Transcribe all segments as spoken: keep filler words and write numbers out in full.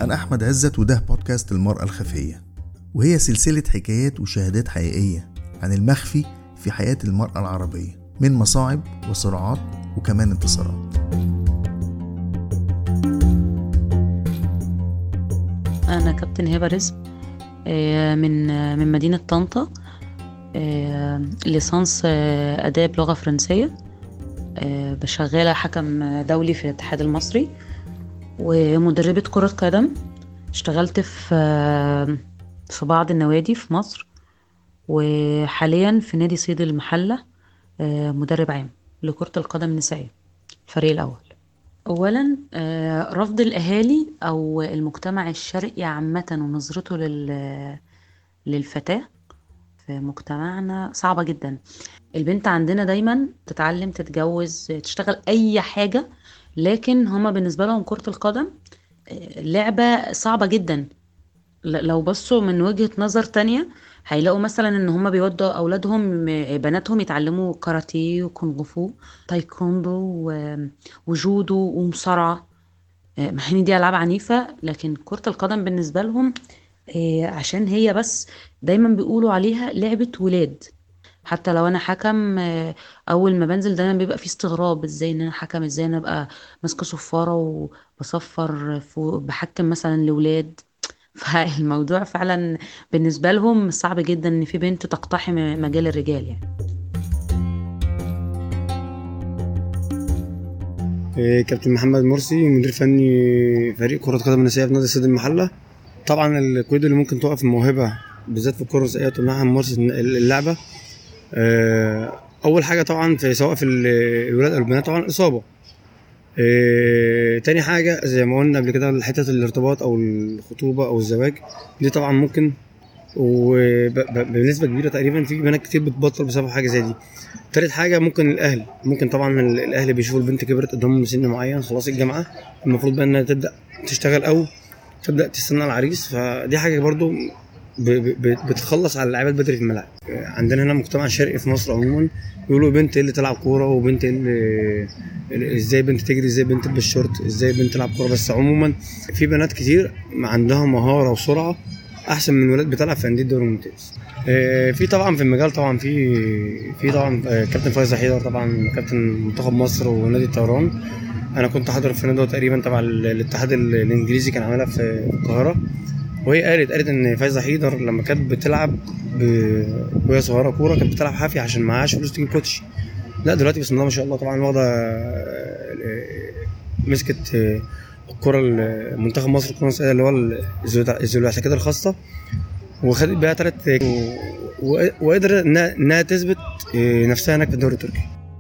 أنا أحمد عزت وده بودكاست المرأة الخفية، وهي سلسلة حكايات وشهادات حقيقية عن المخفي في حياة المرأة العربية من مصاعب وصراعات وكمان انتصارات. أنا كابتن هبة رزق من من مدينة طنطا، ليسانس آداب لغة فرنسية، بشغالة حكم دولي في الاتحاد المصري ومدربة كرة قدم. اشتغلت في في بعض النوادي في مصر، وحاليا في نادي صيد المحلة مدرب عام لكرة القدم النسائية الفريق الأول. أولا رفض الأهالي أو المجتمع الشرقي عامة ونظرته لل للفتاة في مجتمعنا صعبة جدا. البنت عندنا دايما تتعلم، تتجوز، تشتغل أي حاجة، لكن هما بالنسبة لهم كرة القدم لعبة صعبة جدا. لو بصوا من وجهة نظر تانية هيلاقوا مثلا ان هما بيودوا اولادهم بناتهم يتعلموا كاراتيه وكونغ فو تايكوندو وجودو ومصارعة، مع ان دي العاب عنيفة، لكن كرة القدم بالنسبة لهم عشان هي بس دايما بيقولوا عليها لعبة ولاد. حتى لو انا حكم، اول ما بنزل دايما بيبقى في استغراب، ازاي ان انا حكم، ازاي انا ابقى ماسكه صفاره وبصفر بحكم مثلا لولاد. فالموضوع فعلا بالنسبه لهم صعب جدا ان في بنت تقتحم مجال الرجال يعني. كابتن محمد مرسي، مدير فني فريق كرة قدم نسائية في نادي صيد المحلة. طبعا القيود اللي ممكن توقف الموهبة بالذات في الكرة النسائية وتمنعها من ممارسة اللعبة، اول حاجه طبعا في سواء في الولاد او البنات طبعا الاصابه. تاني حاجه زي ما قلنا قبل كده حته الارتباط او الخطوبه او الزواج، دي طبعا ممكن وبنسبه كبيره تقريبا في بنات كتير بتبطل بسبب حاجه زي دي. تالت حاجه ممكن الاهل، ممكن طبعا الاهل بيشوفوا البنت كبرت قدامهم سن معين، خلاص الجامعه المفروض بقى انها تبدا تشتغل او تبدا تستنى العريس، فدي حاجه برضو بتخلص على اللعيبه بدري في الملعب. عندنا هنا مجتمع شرقي في مصر عموما بيقولوا بنت اللي تلعب كوره، وبنت اللي ازاي بنت تجري، ازاي بنت تلبس شورت، ازاي بنت تلعب كوره. بس عموما في بنات كتير عندها مهاره وسرعه احسن من ولاد بتلعب في انديه الدوري الممتاز. في طبعا في المجال طبعا في في طبعا كابتن فايز حيدر، طبعا كابتن منتخب مصر ونادي الطيران. انا كنت حاضر في نادي تقريبا تبع الاتحاد الانجليزي كان عاملها في القاهره، وهي قالت قالت ان فايزة حيدر لما كانت بتلعب وهي صغيره كوره كانت بتلعب حافي عشان معهاش فلوس تجيب كوتش. لا دلوقتي بسم الله ما شاء الله طبعا واخده مسكت الكره المنتخب مصر الكره النسائيه اللي هو الزلوعتكات الخاصه، وخدت بيها ثلاث وقدرت انها تثبت نفسها هناك في الدوري التركي.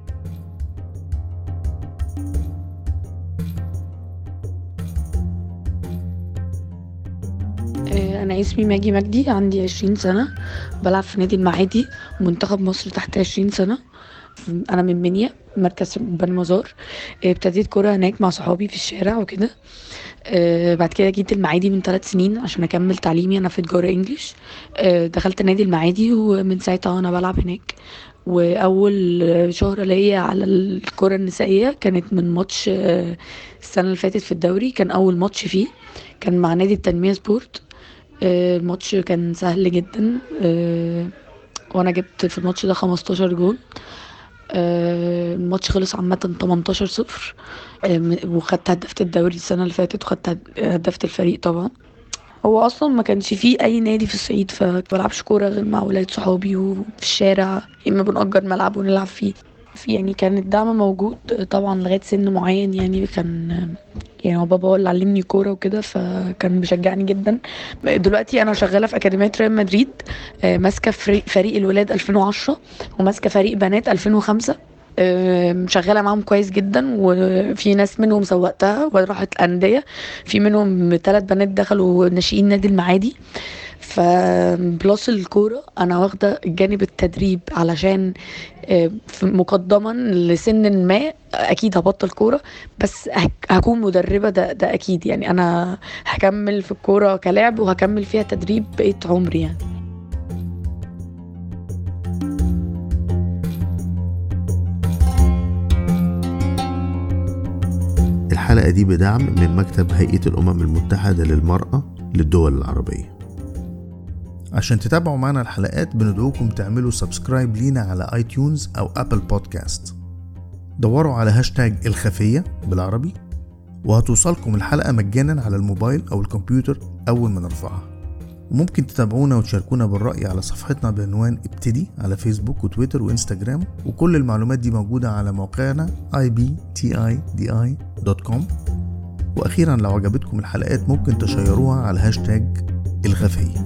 أنا اسمي ماجي مجدي، عندي عشرين سنة، بلعب في نادي المعادي منتخب مصر تحت عشرين سنة. أنا من منيا، مركز بني مزار. ابتديت كرة هناك مع صحابي في الشارع وكده. بعد كده جيت المعادي من ثلاث سنين عشان أكمل تعليمي، أنا في تجارة إنجليش. دخلت نادي المعادي ومن ساعتها أنا بلعب هناك. وأول شهر ليا على الكرة النسائية كانت من ماتش السنة اللي فاتت في الدوري، كان أول ماتش فيه كان مع نادي التنمية سبورت. الماتش كان سهل جدا، وانا جبت في الماتش ده خمستاشر جول. الماتش خلص عامه تمنتاشر صفر، وخدت هدافة الدوري السنه اللي فاتت، وخدت هدافة الفريق. طبعا هو اصلا ما كانش فيه اي نادي في الصعيد، فبلعبش كوره غير مع ولاد صحابي وفي الشارع، اما بنأجر ملعب ونلعب فيه. في يعني كان الدعم موجود طبعا لغايه سن معين، يعني كان يعني هو بابا هو اللي علمني كوره وكده، فكان بيشجعني جدا. دلوقتي انا شغاله في اكاديميه ريال مدريد، ماسكه فريق الولاد ألفين وعشرة وماسكه فريق بنات ألفين وخمسة. شغاله معاهم كويس جدا، وفي ناس منهم سوقتها وراحت الانديه، في منهم ثلاث بنات دخلوا ناشئين نادي المعادي. فبلاس الكوره انا واخده جانب التدريب علشان مقدما لسن ما اكيد هبطل كوره، بس هكون مدربه، ده ده اكيد. يعني انا هكمل في الكوره كلاعب وهكمل فيها تدريب بقية عمري يعني. الحلقة دي بدعم من مكتب هيئة الأمم المتحدة للمرأة للدول العربية. عشان تتابعوا معنا الحلقات بندعوكم تعملوا سبسكرايب لينا على آي تيونز أو أبل بودكاست. دوروا على هاشتاج الخفية بالعربي وهتوصلكم الحلقة مجانا على الموبايل أو الكمبيوتر أول ما نرفعها. وممكن تتابعونا وتشاركونا بالرأي على صفحتنا بعنوان ابتدي على فيسبوك وتويتر وإنستجرام، وكل المعلومات دي موجودة على موقعنا آي بي تي آي دي آي دوت كوم. وأخيرا لو عجبتكم الحلقات ممكن تشيروها على هاشتاج الخفية.